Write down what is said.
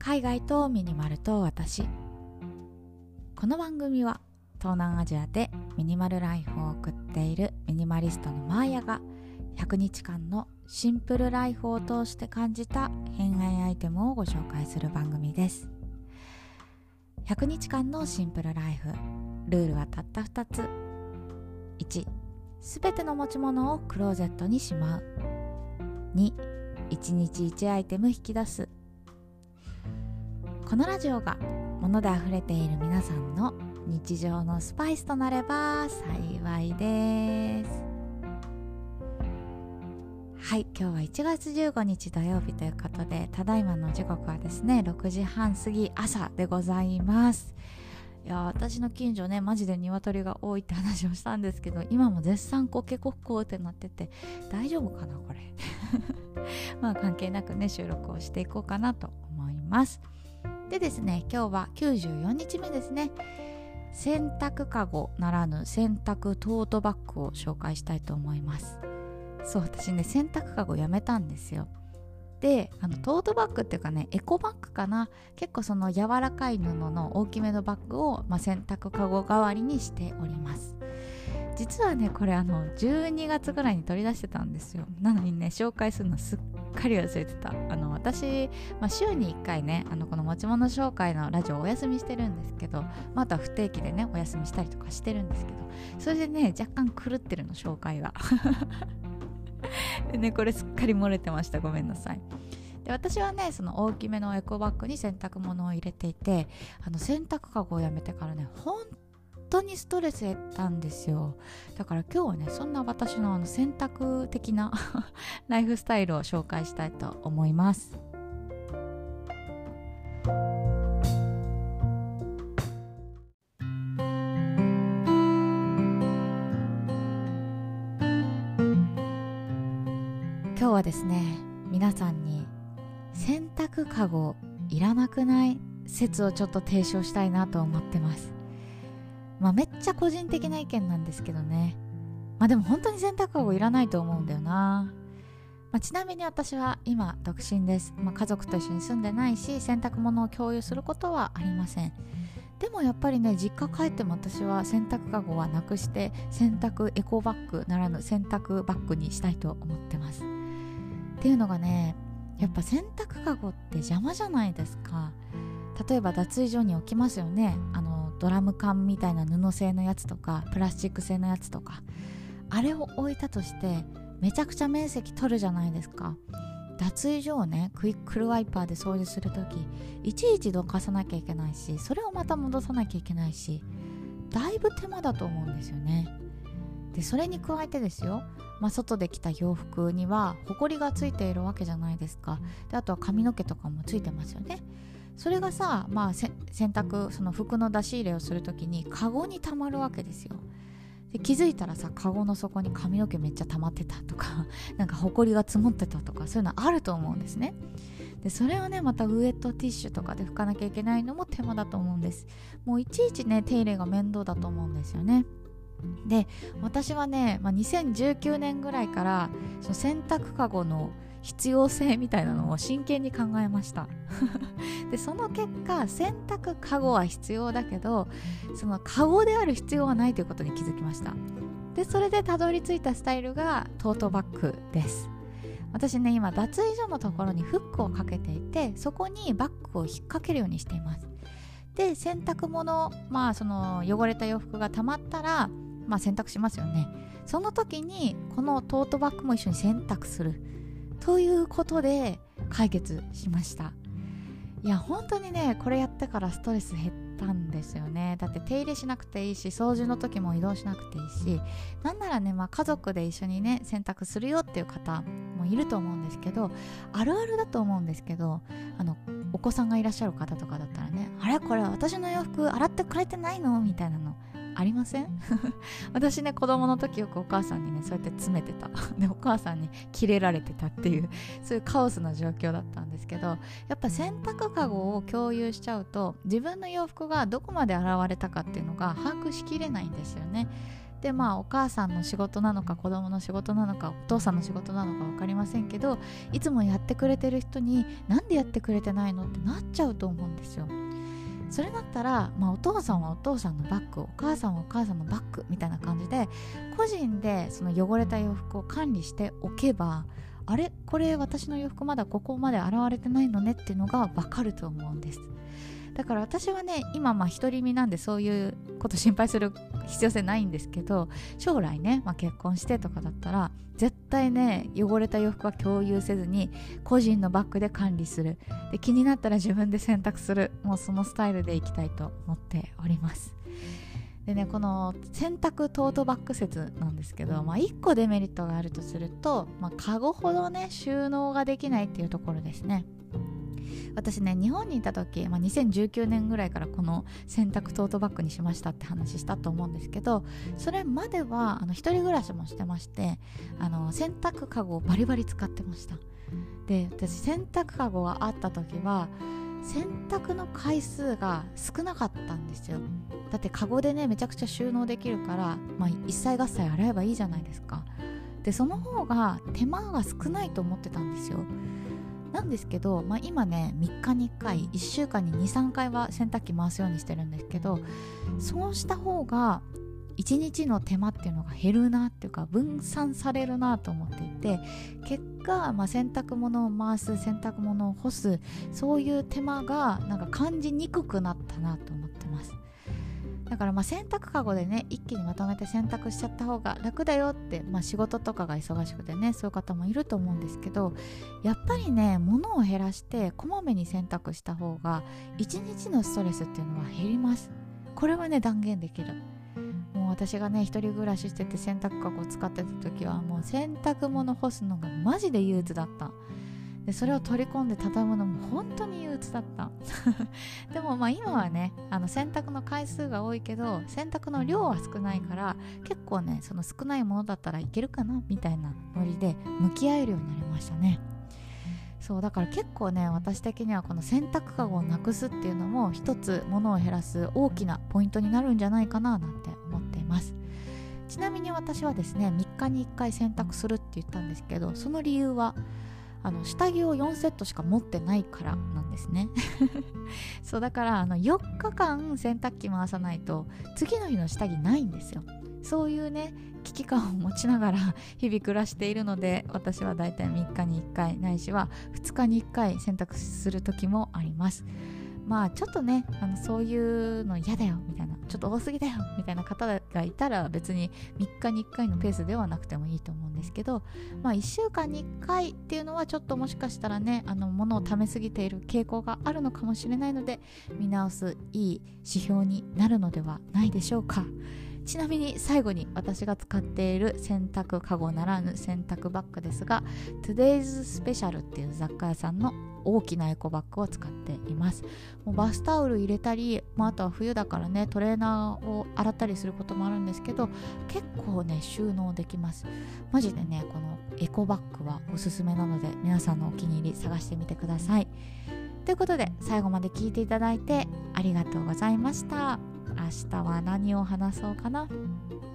海外とミニマルと私。この番組は東南アジアでミニマルライフを送っているミニマリストのマーヤが100日間のシンプルライフを通して感じた偏愛アイテムをご紹介する番組です。100日間のシンプルライフ、ルールはたった2つ。1、すべての持ち物をクローゼットにしまう。2、1日1アイテム引き出す。このラジオが物であふれている皆さんの日常のスパイスとなれば幸いです。はい、今日は1月15日土曜日ということで、ただいまの時刻はですね6時半過ぎ朝でございます。いや、私の近所ね、マジで鶏が多いって話をしたんですけど、今も絶賛コケコッコーってなってて、大丈夫かなこれまあ関係なくね、収録をしていこうかなと思います。でですね、今日は94日目ですね。洗濯かごならぬ洗濯トートバッグを紹介したいと思います。そう、私ね、洗濯かごやめたんですよ。で、トートバッグっていうかね、エコバッグかな。結構その柔らかい布の大きめのバッグを、洗濯かご代わりにしております。実はね、これ12月ぐらいに取り出してたんですよ。なのにね、紹介するのすっかり忘れてた。私、週に1回ね、この持ち物紹介のラジオをお休みしてるんですけど、また不定期でねお休みしたりとかしてるんですけど、それでね若干狂ってるの、紹介がでね、これすっかり漏れてました。ごめんなさい。で、私はね、その大きめのエコバッグに洗濯物を入れていて、洗濯かごをやめてからね、本当にストレス減ったんですよ。だから今日はね、そんな私の洗濯的なライフスタイルを紹介したいと思います。今日はですね、皆さんに洗濯かごいらなくない説をちょっと提唱したいなと思ってます。めっちゃ個人的な意見なんですけどね。でも本当に洗濯かごいらないと思うんだよな。ちなみに私は今独身です。家族と一緒に住んでないし、洗濯物を共有することはありません。でもやっぱりね、実家帰っても私は洗濯かごはなくして、洗濯エコバッグならぬ洗濯バッグにしたいと思ってます。っていうのがね、やっぱ洗濯かごって邪魔じゃないですか。例えば脱衣所に置きますよね。ドラム缶みたいな布製のやつとかプラスチック製のやつとか、あれを置いたとしてめちゃくちゃ面積取るじゃないですか。脱衣所をね、クイックルワイパーで掃除するとき、いちいちどかさなきゃいけないし、それをまた戻さなきゃいけないし、だいぶ手間だと思うんですよね。で、それに加えてですよ、外で着た洋服にはホコリがついているわけじゃないですか。で、あとは髪の毛とかもついてますよね。それがさ、洗濯、その服の出し入れをするときにカゴに溜まるわけですよ。で、気づいたらさ、カゴの底に髪の毛めっちゃ溜まってたとかなんかホコリが積もってたとか、そういうのあると思うんですね。で、それをね、またウエットティッシュとかで拭かなきゃいけないのも手間だと思うんです。もういちいちね、手入れが面倒だと思うんですよね。で、私はね、2019年ぐらいからその洗濯かごの必要性みたいなのを真剣に考えましたで、その結果、洗濯かごは必要だけど、そのかごである必要はないということに気づきました。で、それでたどり着いたスタイルがトートバッグです。私ね、今脱衣所のところにフックをかけていて、そこにバッグを引っ掛けるようにしています。で、洗濯物、その汚れた洋服がたまったら、洗濯しますよね。その時にこのトートバッグも一緒に洗濯するということで解決しました。いや、本当にね、これやってからストレス減ったんですよね。だって手入れしなくていいし、掃除の時も移動しなくていいし、なんならね、家族で一緒にね洗濯するよっていう方もいると思うんですけど、あるあるだと思うんですけど、お子さんがいらっしゃる方とかだったらね、あれこれ私の洋服洗ってくれてないのみたいなのありません私ね、子供の時よくお母さんにねそうやって詰めてたで、お母さんにキレられてたっていう、そういうカオスな状況だったんですけど、やっぱ洗濯かごを共有しちゃうと、自分の洋服がどこまで洗われたかっていうのが把握しきれないんですよね。 でお母さんの仕事なのか子供の仕事なのかお父さんの仕事なのか分かりませんけど、いつもやってくれてる人になんでやってくれてないのってなっちゃうと思うんですよ。それだったら、お父さんはお父さんのバッグ、お母さんはお母さんのバッグみたいな感じで個人でその汚れた洋服を管理しておけば、あれこれ私の洋服まだここまで洗われてないのねっていうのが分かると思うんです。だから私はね今独り身なんでそういうこと心配する必要性ないんですけど、将来ね、結婚してとかだったら絶対ね汚れた洋服は共有せずに個人のバッグで管理する。で気になったら自分で洗濯する。もうそのスタイルでいきたいと思っております。でね、この洗濯トートバッグ説なんですけど、1個デメリットがあるとすると、カゴほどね収納ができないっていうところですね。私ね日本にいた時、2019年ぐらいからこの洗濯トートバッグにしましたって話したと思うんですけど、それまでは一人暮らしもしてまして、洗濯カゴをバリバリ使ってました。で私洗濯カゴがあった時は洗濯の回数が少なかったんですよ。だってカゴでねめちゃくちゃ収納できるから、一切合切洗えばいいじゃないですか。でその方が手間が少ないと思ってたんですよ。なんですけど、今ね3日に1回1週間に 2,3 回は洗濯機回すようにしてるんですけど、そうした方が1日の手間っていうのが減るなっていうか分散されるなと思っていて、結果、洗濯物を回す洗濯物を干すそういう手間が感じにくくなったなと思ってます。だから洗濯かごでね一気にまとめて洗濯しちゃった方が楽だよって、仕事とかが忙しくてねそういう方もいると思うんですけど、やっぱりね物を減らしてこまめに洗濯した方が一日のストレスっていうのは減ります。これはね断言できる。もう私がね一人暮らししてて洗濯かごを使ってた時はもう洗濯物干すのがマジで憂鬱だった。でそれを取り込んで畳むのも本当に憂鬱だったでも今はね洗濯の回数が多いけど洗濯の量は少ないから結構ねその少ないものだったらいけるかなみたいなノリで向き合えるようになりましたね。そうだから結構ね私的にはこの洗濯かごをなくすっていうのも一つ物を減らす大きなポイントになるんじゃないかななんて思っています。ちなみに私はですね3日に1回洗濯するって言ったんですけど、その理由は下着を4セットしか持ってないからなんですねそうだから4日間洗濯機回さないと次の日の下着ないんですよ。そういうね危機感を持ちながら日々暮らしているので、私はだいたい3日に1回ないしは2日に1回洗濯する時もあります。ちょっとねそういうの嫌だよみたいな、ちょっと多すぎだよみたいな方がいたら別に3日に1回のペースではなくてもいいと思うんですけど、1週間に1回っていうのはちょっともしかしたらね物を貯めすぎている傾向があるのかもしれないので、見直すいい指標になるのではないでしょうか。ちなみに最後に私が使っている洗濯かごならぬ洗濯バッグですが、 Today's Special っていう雑貨屋さんの大きなエコバッグを使っています。もうバスタオル入れたり、あとは冬だからねトレーナーを洗ったりすることもあるんですけど、結構ね収納できます。マジでねこのエコバッグはおすすめなので皆さんのお気に入り探してみてください。ということで最後まで聞いていただいてありがとうございました。明日は何を話そうかな。